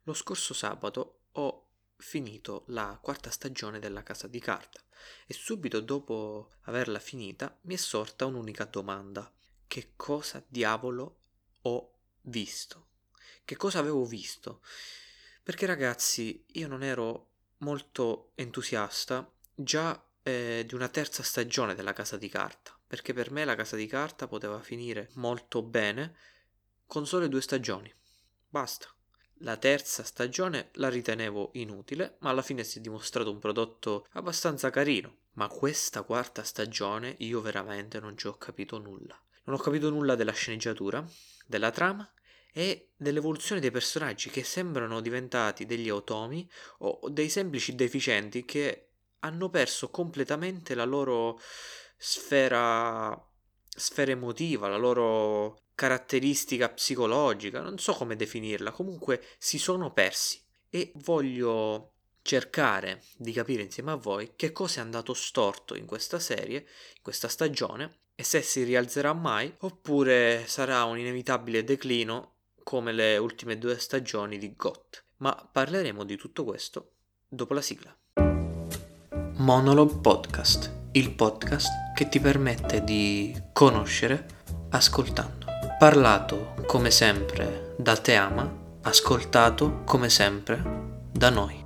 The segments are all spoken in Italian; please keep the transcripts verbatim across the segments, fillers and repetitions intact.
Lo scorso sabato ho finito la quarta stagione della Casa di Carta e subito dopo averla finita mi è sorta un'unica domanda. Che cosa diavolo ho visto? Che cosa avevo visto? Perché ragazzi, io non ero molto entusiasta già eh, di una terza stagione della Casa di Carta, perché per me la Casa di Carta poteva finire molto bene con sole due stagioni. Basta. La terza stagione la ritenevo inutile, ma alla fine si è dimostrato un prodotto abbastanza carino. Ma questa quarta stagione io veramente non ci ho capito nulla. Non ho capito nulla della sceneggiatura, della trama e dell'evoluzione dei personaggi che sembrano diventati degli automi o dei semplici deficienti che hanno perso completamente la loro sfera sfera emotiva, la loro caratteristica psicologica, non so come definirla, comunque si sono persi e voglio cercare di capire insieme a voi che cosa è andato storto in questa serie, in questa stagione e se si rialzerà mai oppure sarà un inevitabile declino come le ultime due stagioni di G O T. Ma parleremo di tutto questo dopo la sigla. Monologue Podcast, il podcast che ti permette di conoscere ascoltando. Parlato come sempre da Teama, ascoltato come sempre da noi.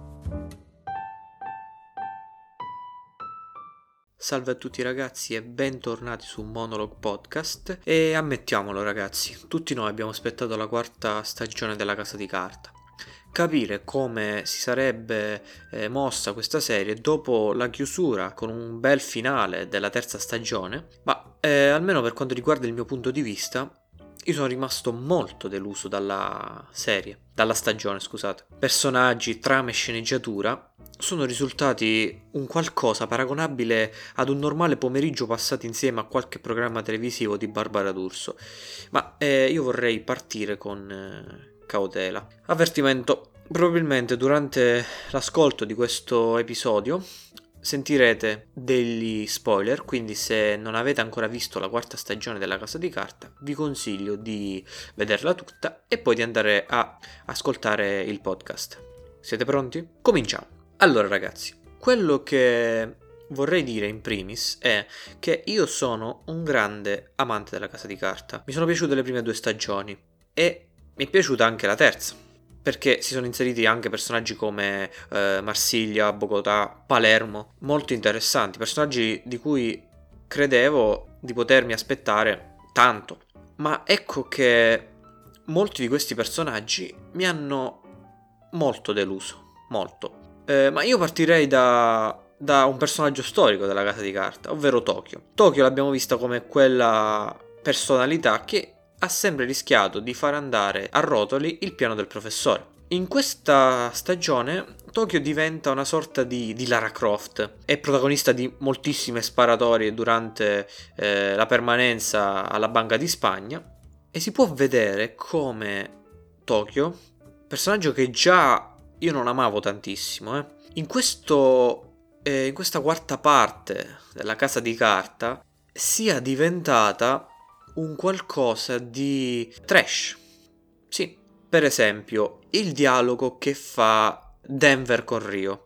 Salve a tutti ragazzi e bentornati su Monologue Podcast. E ammettiamolo ragazzi, tutti noi abbiamo aspettato la quarta stagione della Casa di Carta. Capire come si sarebbe eh, mossa questa serie dopo la chiusura con un bel finale della terza stagione, ma eh, almeno per quanto riguarda il mio punto di vista, io sono rimasto molto deluso dalla serie, dalla stagione, scusate. Personaggi, trame e sceneggiatura sono risultati un qualcosa paragonabile ad un normale pomeriggio passato insieme a qualche programma televisivo di Barbara D'Urso. Ma eh, io vorrei partire con eh, cautela. Avvertimento: probabilmente durante l'ascolto di questo episodio sentirete degli spoiler, quindi se non avete ancora visto la quarta stagione della Casa di Carta vi consiglio di vederla tutta e poi di andare a ascoltare il podcast. Siete pronti? Cominciamo! Allora ragazzi, quello che vorrei dire in primis è che io sono un grande amante della Casa di Carta. Mi sono piaciute le prime due stagioni e mi è piaciuta anche la terza, perché si sono inseriti anche personaggi come eh, Marsiglia, Bogotà, Palermo, molto interessanti, personaggi di cui credevo di potermi aspettare tanto. Ma ecco che molti di questi personaggi mi hanno molto deluso, molto. Eh, ma io partirei da, da un personaggio storico della Casa di Carta, ovvero Tokyo. Tokyo l'abbiamo vista come quella personalità che ha sempre rischiato di far andare a rotoli il piano del professore. In questa stagione Tokyo diventa una sorta di, di Lara Croft, è protagonista di moltissime sparatorie durante eh, la permanenza alla Banca di Spagna e si può vedere come Tokyo, personaggio che già io non amavo tantissimo, eh, in, questo, eh, in questa quarta parte della Casa di Carta sia diventata un qualcosa di trash. Sì, per esempio, il dialogo che fa Denver con Ryo.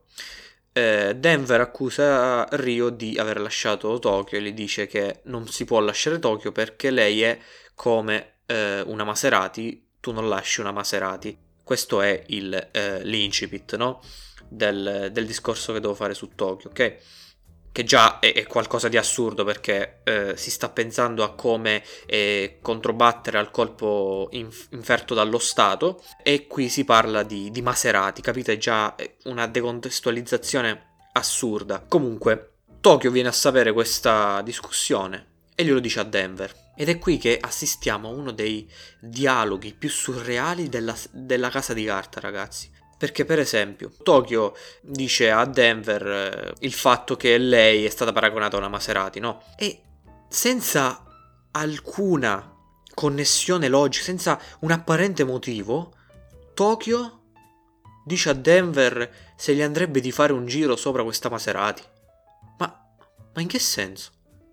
Eh, Denver accusa Ryo di aver lasciato Tokyo e gli dice che non si può lasciare Tokyo perché lei è come eh, una Maserati, tu non lasci una Maserati. Questo è il, eh, l'incipit, no? Del, del discorso che devo fare su Tokyo, ok? Che già è, è qualcosa di assurdo perché eh, si sta pensando a come eh, controbattere al colpo inf- inferto dallo Stato e qui si parla di, di Maserati, capite? Già è una decontestualizzazione assurda. Comunque, Tokyo viene a sapere questa discussione e glielo dice a Denver. Ed è qui che assistiamo a uno dei dialoghi più surreali della, della Casa di Carta, ragazzi. Perché per esempio Tokyo dice a Denver eh, il fatto che lei è stata paragonata a una Maserati, no? E senza alcuna connessione logica, senza un apparente motivo, Tokyo dice a Denver se gli andrebbe di fare un giro sopra questa Maserati. Ma, ma in che senso?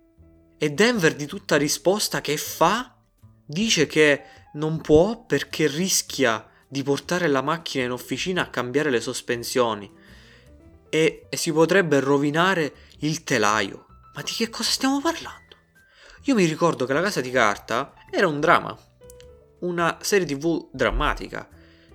E Denver di tutta risposta che fa dice che non può perché rischia di portare la macchina in officina a cambiare le sospensioni e, e si potrebbe rovinare il telaio. Ma di che cosa stiamo parlando? Io mi ricordo che La Casa di Carta era un dramma, una serie tv drammatica.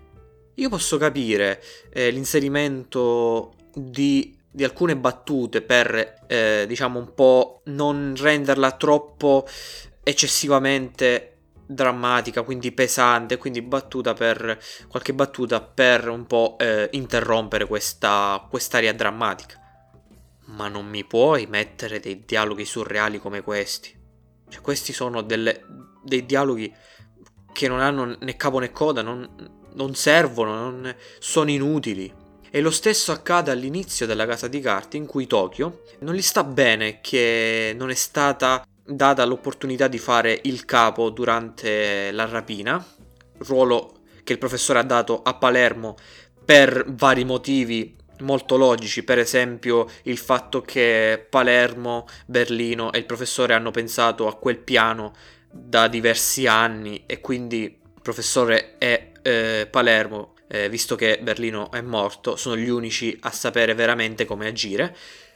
Io posso capire eh, l'inserimento di, di alcune battute per, eh, diciamo, un po' non renderla troppo eccessivamente drammatica, quindi pesante, quindi battuta per qualche battuta per un po' eh, interrompere questa quest'area drammatica. Ma non mi puoi mettere dei dialoghi surreali come questi. Cioè, questi sono delle, dei dialoghi che non hanno né capo né coda, non non servono, non, sono inutili. E lo stesso accade all'inizio della Casa di Carta, in cui Tokyo non gli sta bene che non è stata data l'opportunità di fare il capo durante la rapina, ruolo che il professore ha dato a Palermo per vari motivi molto logici, per esempio il fatto che Palermo, Berlino e il professore hanno pensato a quel piano da diversi anni e quindi il professore è Eh, Palermo, eh, visto che Berlino è morto, sono gli unici a sapere veramente come agire.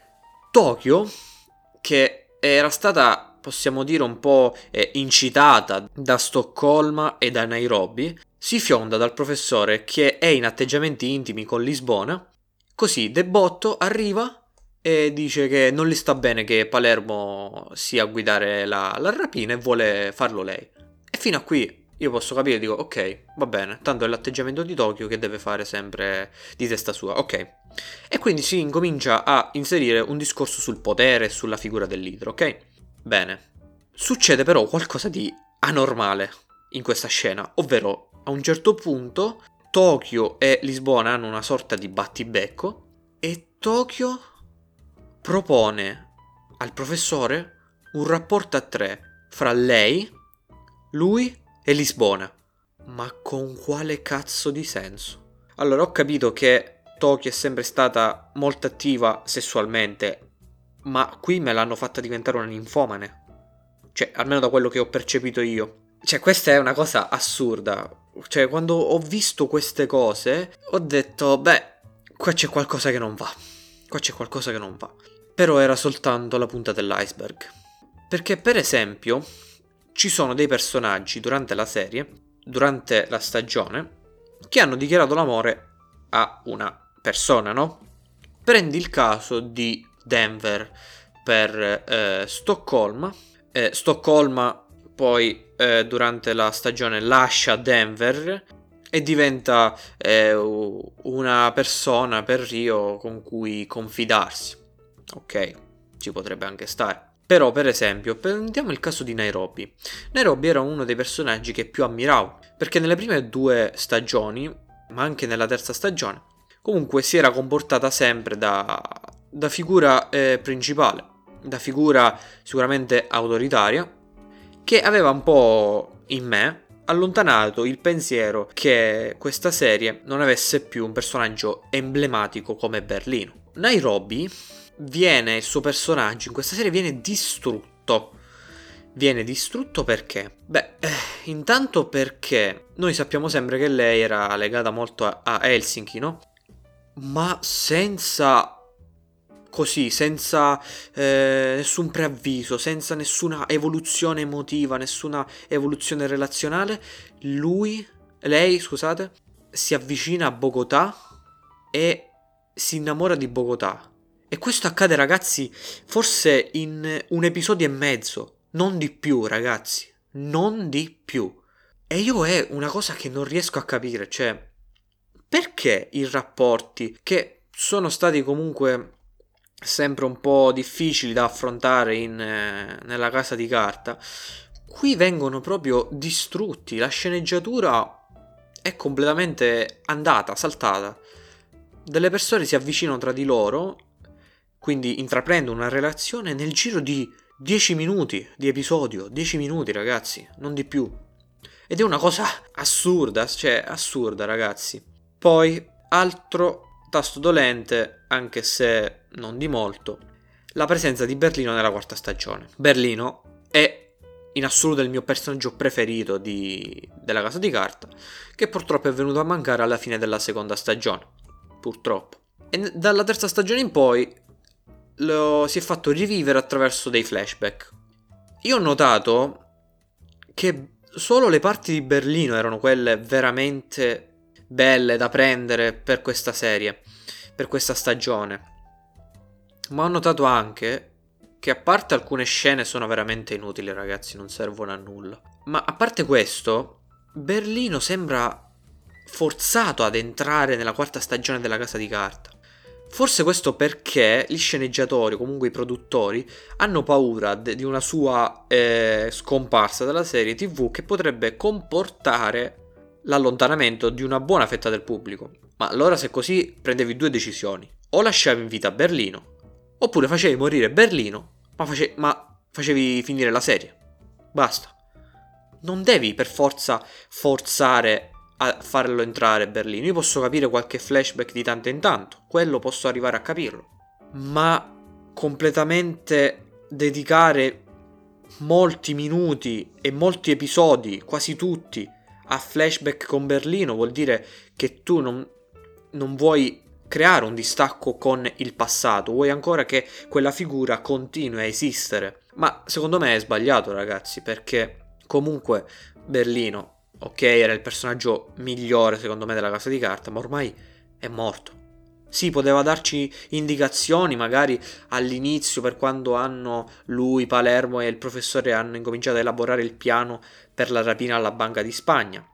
Tokyo, che era stata, possiamo dire, un po' eh, incitata da Stoccolma e da Nairobi, si fionda dal professore che è in atteggiamenti intimi con Lisbona, così de botto arriva e dice che non gli sta bene che Palermo sia a guidare la, la rapina e vuole farlo lei. E fino a qui io posso capire, dico ok, va bene, tanto è l'atteggiamento di Tokyo che deve fare sempre di testa sua, ok. E quindi si incomincia a inserire un discorso sul potere e sulla figura del leader, ok? Bene. Succede però qualcosa di anormale in questa scena, ovvero a un certo punto Tokyo e Lisbona hanno una sorta di battibecco e Tokyo propone al professore un rapporto a tre fra lei, lui e Lisbona. Ma con quale cazzo di senso? Allora, ho capito che Tokyo è sempre stata molto attiva sessualmente, ma qui me l'hanno fatta diventare una ninfomane. Cioè, almeno da quello che ho percepito io. Cioè, questa è una cosa assurda. Cioè, quando ho visto queste cose, ho detto, beh, qua c'è qualcosa che non va. Qua c'è qualcosa che non va. Però era soltanto la punta dell'iceberg. Perché, per esempio, ci sono dei personaggi durante la serie, durante la stagione, che hanno dichiarato l'amore a una persona, no? Prendi il caso di Denver per eh, Stoccolma. Eh, Stoccolma poi eh, durante la stagione lascia Denver e diventa eh, una persona per Rio con cui confidarsi. Ok, ci potrebbe anche stare. Però, per esempio, prendiamo il caso di Nairobi. Nairobi era uno dei personaggi che più ammiravo, perché nelle prime due stagioni, ma anche nella terza stagione, comunque si era comportata sempre da, da figura eh, principale, da figura sicuramente autoritaria, che aveva un po' in me allontanato il pensiero che questa serie non avesse più un personaggio emblematico come Berlino. Nairobi viene, il suo personaggio in questa serie viene distrutto. Viene distrutto perché? Beh, eh, intanto perché noi sappiamo sempre che lei era legata molto a, a Helsinki, no? Ma senza così, senza eh, nessun preavviso, senza nessuna evoluzione emotiva, nessuna evoluzione relazionale, lui, lei, scusate, si avvicina a Bogotà e si innamora di Bogotà. E questo accade, ragazzi, forse in un episodio e mezzo, non di più, ragazzi, non di più. E io è una cosa che non riesco a capire, cioè, perché i rapporti che sono stati comunque sempre un po' difficili da affrontare in, eh, nella Casa di Carta, qui vengono proprio distrutti, la sceneggiatura è completamente andata, saltata. Delle persone si avvicinano tra di loro, quindi intraprendono una relazione nel giro di dieci minuti di episodio, dieci minuti, ragazzi, non di più. Ed è una cosa assurda, cioè assurda, ragazzi. Poi, altro tasto dolente, anche se non di molto, la presenza di Berlino nella quarta stagione. Berlino è in assoluto il mio personaggio preferito di, della Casa di Carta, che purtroppo è venuto a mancare alla fine della seconda stagione, purtroppo. E dalla terza stagione in poi lo si è fatto rivivere attraverso dei flashback. Io ho notato che solo le parti di Berlino erano quelle veramente belle da prendere per questa serie, per questa stagione. Ma ho notato anche che a parte alcune scene sono veramente inutili, ragazzi, non servono a nulla. Ma a parte questo, Berlino sembra forzato ad entrare nella quarta stagione della Casa di Carta. Forse questo perché gli sceneggiatori, comunque i produttori, hanno paura de- di una sua eh, scomparsa dalla serie tivù che potrebbe comportare l'allontanamento di una buona fetta del pubblico. Ma allora, se così, prendevi due decisioni: o lasciavi in vita Berlino, oppure facevi morire Berlino, ma, face- ma facevi finire la serie. Basta. Non devi per forza forzare a farlo entrare Berlino. Io posso capire qualche flashback di tanto in tanto, quello posso arrivare a capirlo. Ma completamente dedicare molti minuti e molti episodi, quasi tutti, a flashback con Berlino vuol dire che tu non, non vuoi creare un distacco con il passato, vuoi ancora che quella figura continui a esistere. Ma secondo me è sbagliato, ragazzi, perché comunque Berlino, ok, era il personaggio migliore secondo me della Casa di Carta, ma ormai è morto. Sì, poteva darci indicazioni magari all'inizio, per quando hanno lui, Palermo e il professore hanno incominciato a elaborare il piano per la rapina alla Banca di Spagna.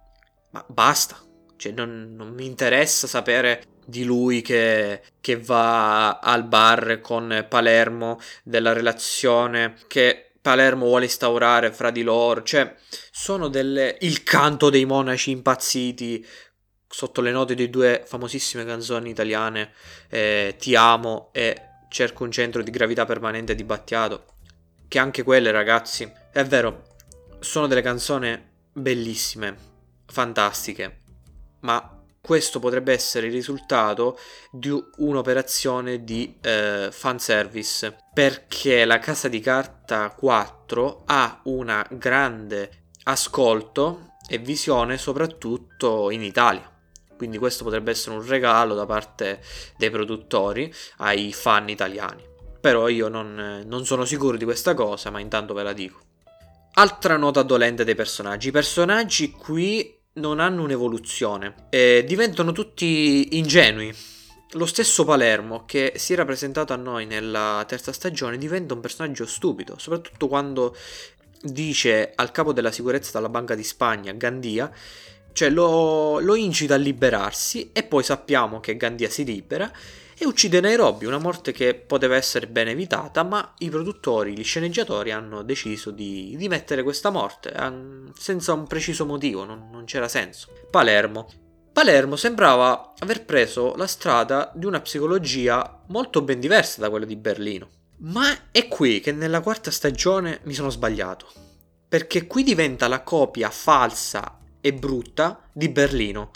Ma basta, cioè non, non mi interessa sapere di lui che, che va al bar con Palermo, della relazione che Palermo vuole instaurare fra di loro. Cioè, sono delle... il canto dei monaci impazziti sotto le note di due famosissime canzoni italiane, eh, Ti amo e Cerco un centro di gravità permanente di Battiato, che anche quelle, ragazzi, è vero, sono delle canzoni bellissime, fantastiche, ma questo potrebbe essere il risultato di un'operazione di eh, fanservice, perché la Casa di Carta quattro ha una grande ascolto e visione soprattutto in Italia. Quindi questo potrebbe essere un regalo da parte dei produttori ai fan italiani. Però io non, non sono sicuro di questa cosa, ma intanto ve la dico. Altra nota dolente dei personaggi. I personaggi qui non hanno un'evoluzione, e diventano tutti ingenui. Lo stesso Palermo, che si era presentato a noi nella terza stagione, diventa un personaggio stupido, soprattutto quando dice al capo della sicurezza della Banca di Spagna, Gandia, cioè lo, lo incita a liberarsi, e poi sappiamo che Gandia si libera e uccide Nairobi, una morte che poteva essere ben evitata, ma i produttori, gli sceneggiatori hanno deciso di, di mettere questa morte senza un preciso motivo, non, non c'era senso. Palermo. Palermo sembrava aver preso la strada di una psicologia molto ben diversa da quella di Berlino. Ma è qui che nella quarta stagione mi sono sbagliato, perché qui diventa la copia falsa e brutta di Berlino.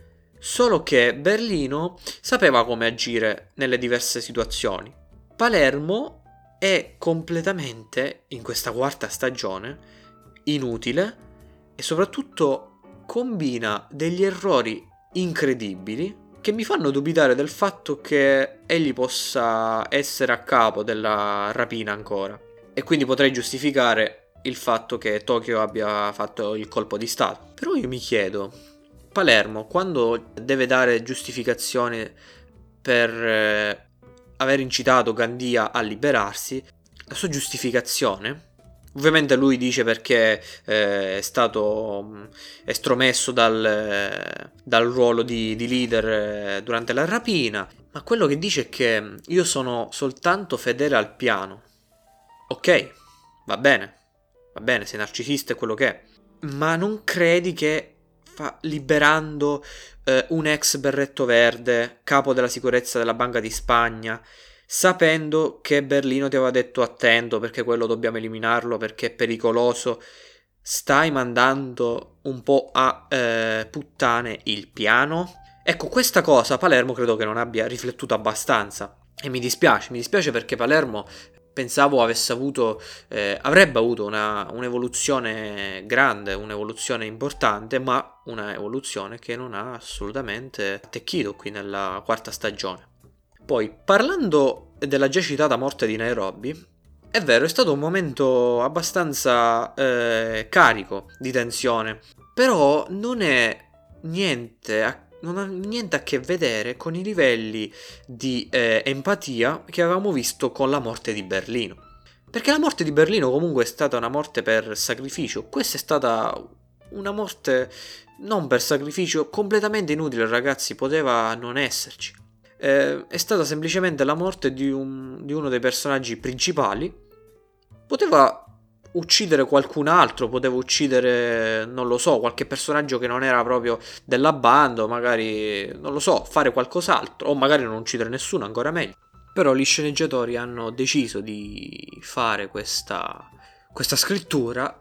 Solo che Berlino sapeva come agire nelle diverse situazioni. Palermo è completamente, in questa quarta stagione, inutile e soprattutto combina degli errori incredibili che mi fanno dubitare del fatto che egli possa essere a capo della rapina ancora. E quindi potrei giustificare il fatto che Tokyo abbia fatto il colpo di stato. Però io mi chiedo, Palermo, quando deve dare giustificazioni per eh, aver incitato Gandia a liberarsi, la sua giustificazione, ovviamente lui dice perché eh, è stato mh, estromesso dal, eh, dal ruolo di, di leader eh, durante la rapina, ma quello che dice è che io sono soltanto fedele al piano. Ok, va bene, va bene, sei narcisista e quello che è, ma non credi che fa, liberando eh, un ex berretto verde, capo della sicurezza della Banca di Spagna, sapendo che Berlino ti aveva detto attento perché quello dobbiamo eliminarlo perché è pericoloso, stai mandando un po' a eh, puttane il piano? Ecco, questa cosa Palermo credo che non abbia riflettuto abbastanza, e mi dispiace, mi dispiace perché Palermo pensavo avesse avuto, eh, avrebbe avuto una, un'evoluzione grande, un'evoluzione importante, ma una evoluzione che non ha assolutamente attecchito qui nella quarta stagione. Poi, parlando della già citata morte di Nairobi, è vero, è stato un momento abbastanza eh, carico di tensione, però non è niente a non ha niente a che vedere con i livelli di eh, empatia che avevamo visto con la morte di Berlino. Perché la morte di Berlino comunque è stata una morte per sacrificio. Questa è stata una morte non per sacrificio, completamente inutile, ragazzi, poteva non esserci. Eh, è stata semplicemente la morte di, un, di uno dei personaggi principali. Poteva uccidere qualcun altro, poteva uccidere, non lo so, qualche personaggio che non era proprio della banda, o magari, non lo so, fare qualcos'altro, o magari non uccidere nessuno, ancora meglio. Però gli sceneggiatori hanno deciso di fare questa, questa scrittura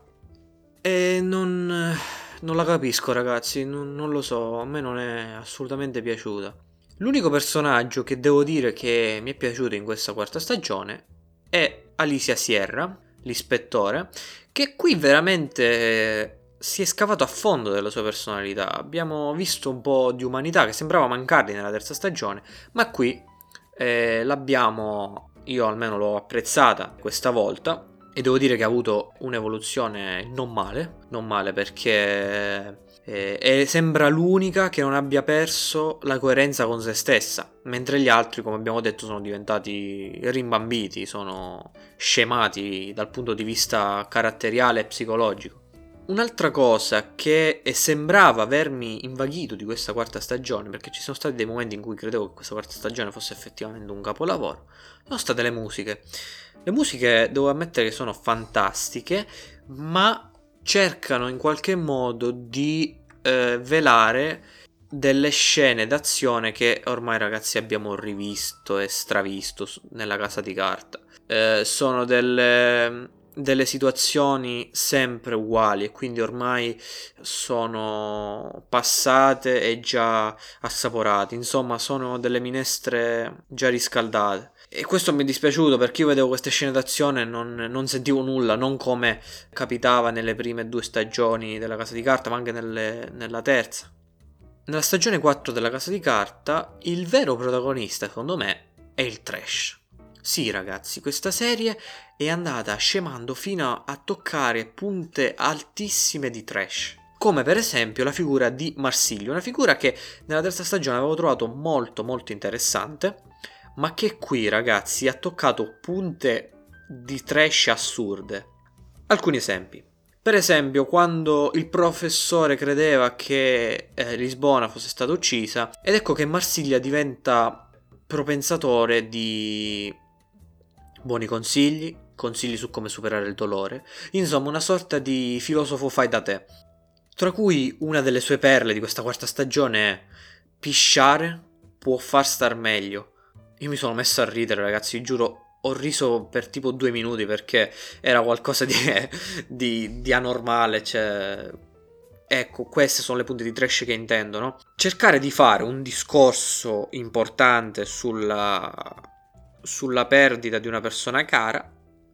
e non, non la capisco, ragazzi, non, non lo so, a me non è assolutamente piaciuta. L'unico personaggio che devo dire che mi è piaciuto in questa quarta stagione è Alicia Sierra, l'ispettore, che qui veramente si è scavato a fondo della sua personalità. Abbiamo visto un po' di umanità che sembrava mancargli nella terza stagione, ma qui eh, l'abbiamo, io almeno l'ho apprezzata questa volta, e devo dire che ha avuto un'evoluzione non male, non male perché eh, e sembra l'unica che non abbia perso la coerenza con se stessa, mentre gli altri, come abbiamo detto, sono diventati rimbambiti, sono scemati dal punto di vista caratteriale e psicologico. Un'altra cosa che sembrava avermi invaghito di questa quarta stagione, perché ci sono stati dei momenti in cui credevo che questa quarta stagione fosse effettivamente un capolavoro, sono state le musiche. Le musiche devo ammettere che sono fantastiche, ma cercano in qualche modo di eh, velare delle scene d'azione che ormai, ragazzi, abbiamo rivisto e stravisto nella Casa di Carta. Eh, sono delle, delle situazioni sempre uguali e quindi ormai sono passate e già assaporate. Insomma, sono delle minestre già riscaldate. E questo mi è dispiaciuto perché io vedevo queste scene d'azione e non, non sentivo nulla, non come capitava nelle prime due stagioni della Casa di Carta, ma anche nelle, nella terza. Nella stagione quattro della Casa di Carta, il vero protagonista, secondo me, è il trash. Sì, ragazzi, questa serie è andata scemando fino a toccare punte altissime di trash. Come per esempio la figura di Marsilio, una figura che nella terza stagione avevo trovato molto molto interessante, ma che qui, ragazzi, ha toccato punte di trash assurde. Alcuni esempi. Per esempio, quando il professore credeva che eh, Lisbona fosse stata uccisa, ed ecco che Marsiglia diventa propensatore di buoni consigli, consigli su come superare il dolore, insomma una sorta di filosofo fai da te. Tra cui una delle sue perle di questa quarta stagione è: pisciare può far star meglio. Io mi sono messo a ridere, ragazzi, giuro, ho riso per tipo due minuti perché era qualcosa di, di, di anormale, cioè... Ecco, queste sono le punte di trash che intendo, no? Cercare di fare un discorso importante sulla, sulla perdita di una persona cara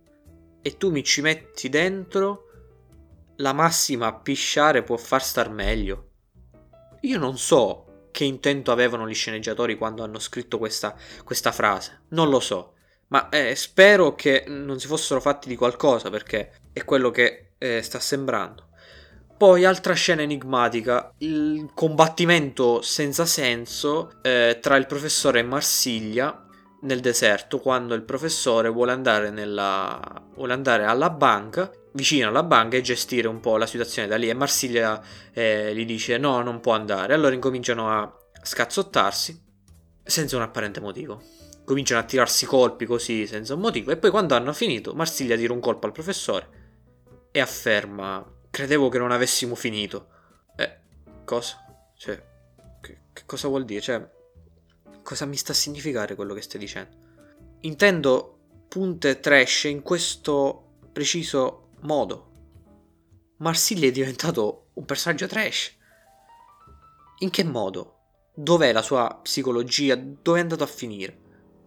e tu mi ci metti dentro la massima a pisciare può far star meglio. Io non so che intento avevano gli sceneggiatori quando hanno scritto questa, questa frase, non lo so, ma eh, spero che non si fossero fatti di qualcosa perché è quello che eh, sta sembrando. Poi altra scena enigmatica, il combattimento senza senso eh, tra il professore e Marsiglia nel deserto, quando il professore vuole andare, nella, vuole andare alla banca, vicino alla banca, e gestire un po' la situazione da lì, e Marsiglia eh, gli dice no, non può andare. Allora incominciano a scazzottarsi senza un apparente motivo, cominciano a tirarsi colpi così senza un motivo, e poi quando hanno finito Marsiglia tira un colpo al professore e afferma: credevo che non avessimo finito. Eh, cosa? Cioè, che, che cosa vuol dire? Cioè, cosa mi sta a significare quello che stai dicendo? Intendo punte trash in questo preciso modo. Marsiglia è diventato un personaggio trash. In che modo? Dov'è la sua psicologia? Dove è andato a finire?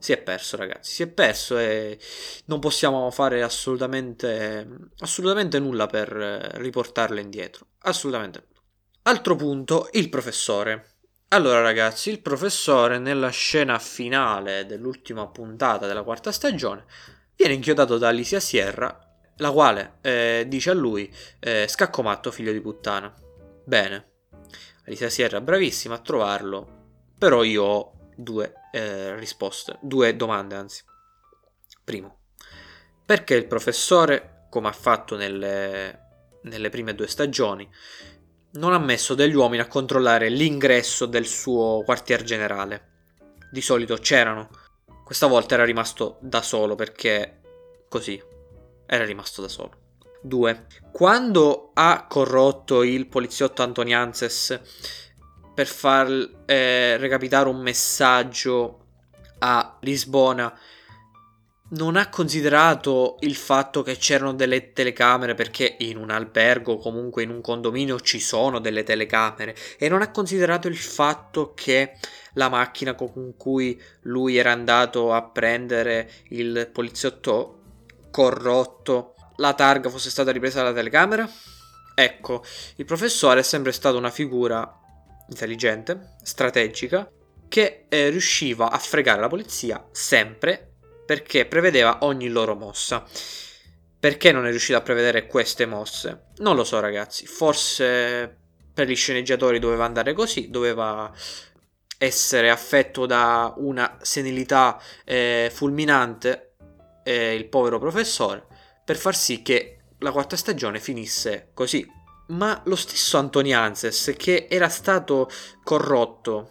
si è perso, ragazzi, si è perso e non possiamo fare assolutamente, assolutamente nulla per riportarlo indietro, assolutamente. Altro punto, il professore. Allora ragazzi, il professore nella scena finale dell'ultima puntata della quarta stagione viene inchiodato da Alicia Sierra, la quale eh, dice a lui eh, scacco matto, figlio di puttana. Bene, Alicia Sierra bravissima a trovarlo, però io ho due eh, risposte, due domande anzi. Primo, perché il professore, come ha fatto nelle, nelle prime due stagioni, non ha messo degli uomini a controllare l'ingresso del suo quartier generale? Di solito c'erano, questa volta era rimasto da solo perché così, era rimasto da solo. Due, quando ha corrotto il poliziotto Antonianzes per far eh, recapitare un messaggio a Lisbona, non ha considerato il fatto che c'erano delle telecamere, perché in un albergo, comunque in un condominio, ci sono delle telecamere, e non ha considerato il fatto che la macchina con cui lui era andato a prendere il poliziotto corrotto, la targa fosse stata ripresa dalla telecamera? Ecco, il professore è sempre stato una figura intelligente, strategica, che eh, riusciva a fregare la polizia sempre, perché prevedeva ogni loro mossa. Perché non è riuscito a prevedere queste mosse? Non lo so, ragazzi. Forse per gli sceneggiatori doveva andare così, doveva essere affetto da una senilità eh, fulminante eh, il povero professore, per far sì che la quarta stagione finisse così. Ma lo stesso Antonianzes, che era stato corrotto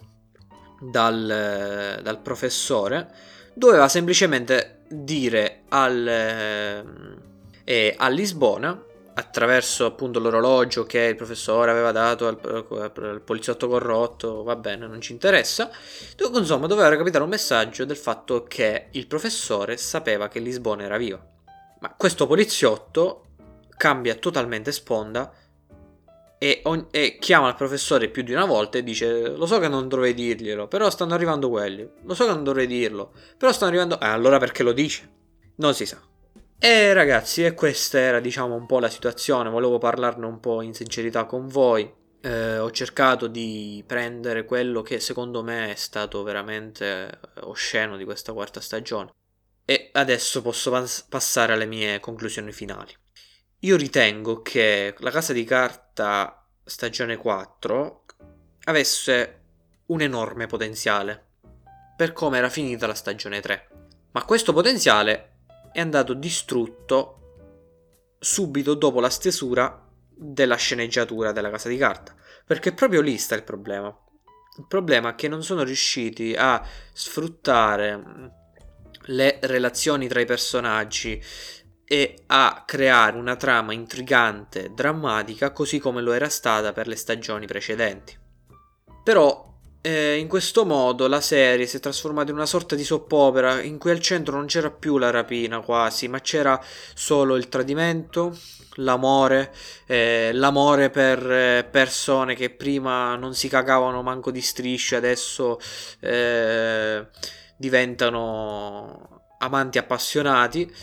dal, dal professore, doveva semplicemente dire al, eh, a Lisbona, attraverso appunto l'orologio che il professore aveva dato al, al poliziotto corrotto, va bene, non ci interessa, dove, insomma, doveva recapitare un messaggio del fatto che il professore sapeva che Lisbona era viva. Ma questo poliziotto cambia totalmente sponda e, on- e chiama il professore più di una volta e dice: lo so che non dovrei dirglielo, però stanno arrivando quelli, lo so che non dovrei dirlo, però stanno arrivando... Eh, allora perché lo dice? Non si sa. E ragazzi, e questa era, diciamo, un po' la situazione. Volevo parlarne un po' in sincerità con voi. Eh, ho cercato di prendere quello che secondo me è stato veramente osceno di questa quarta stagione, e adesso posso pas- passare alle mie conclusioni finali. Io ritengo che La Casa di Carta stagione quattro avesse un enorme potenziale per come era finita la stagione tre, ma questo potenziale è andato distrutto subito dopo la stesura della sceneggiatura della Casa di Carta, perché proprio lì sta il problema. Il problema è che non sono riusciti a sfruttare le relazioni tra i personaggi e a creare una trama intrigante, drammatica, così come lo era stata per le stagioni precedenti. Però eh, in questo modo la serie si è trasformata in una sorta di soppopera in cui al centro non c'era più la rapina quasi, ma c'era solo il tradimento, l'amore, eh, l'amore per eh, persone che prima non si cagavano manco di strisce, adesso eh, diventano amanti appassionati,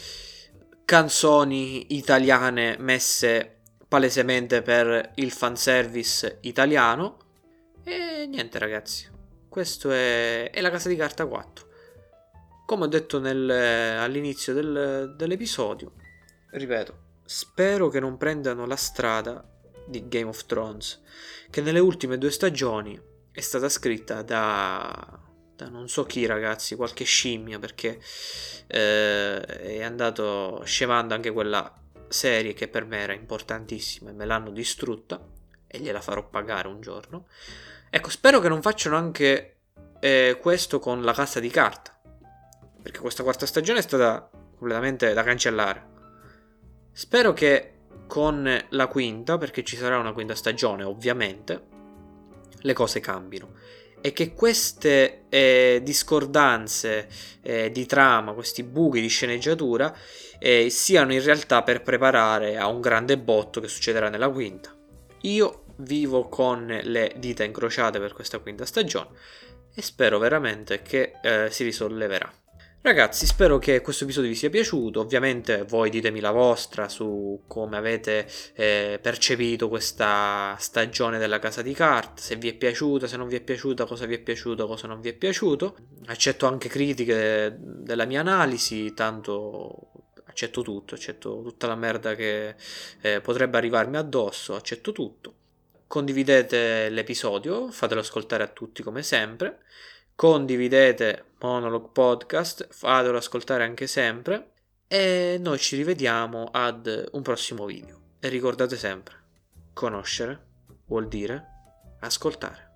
canzoni italiane messe palesemente per il fanservice italiano. E niente, ragazzi, questo è, è La Casa di Carta quattro. Come ho detto nel, all'inizio del, dell'episodio, ripeto, spero che non prendano la strada di Game of Thrones, che nelle ultime due stagioni è stata scritta da, da non so chi, ragazzi, qualche scimmia, perché eh, è andato scemando anche quella serie che per me era importantissima e me l'hanno distrutta, e gliela farò pagare un giorno. Ecco, spero che non facciano anche eh, questo con La Casa di Carta, perché questa quarta stagione è stata completamente da cancellare. Spero che con la quinta, perché ci sarà una quinta stagione ovviamente, le cose cambino e che queste eh, discordanze eh, di trama, questi buchi di sceneggiatura eh, siano in realtà per preparare a un grande botto che succederà nella quinta. Io vivo con le dita incrociate per questa quinta stagione e spero veramente che eh, si risolleverà. Ragazzi, spero che questo episodio vi sia piaciuto. Ovviamente voi ditemi la vostra su come avete eh, percepito questa stagione della Casa di Carta, se vi è piaciuta, se non vi è piaciuta, cosa vi è piaciuto, cosa non vi è piaciuto. Accetto anche critiche della mia analisi, tanto accetto tutto, accetto tutta la merda che eh, potrebbe arrivarmi addosso, accetto tutto. Condividete l'episodio, fatelo ascoltare a tutti come sempre. Condividete Monologue Podcast, fatelo ascoltare anche sempre e noi ci rivediamo ad un prossimo video. E ricordate sempre, conoscere vuol dire ascoltare.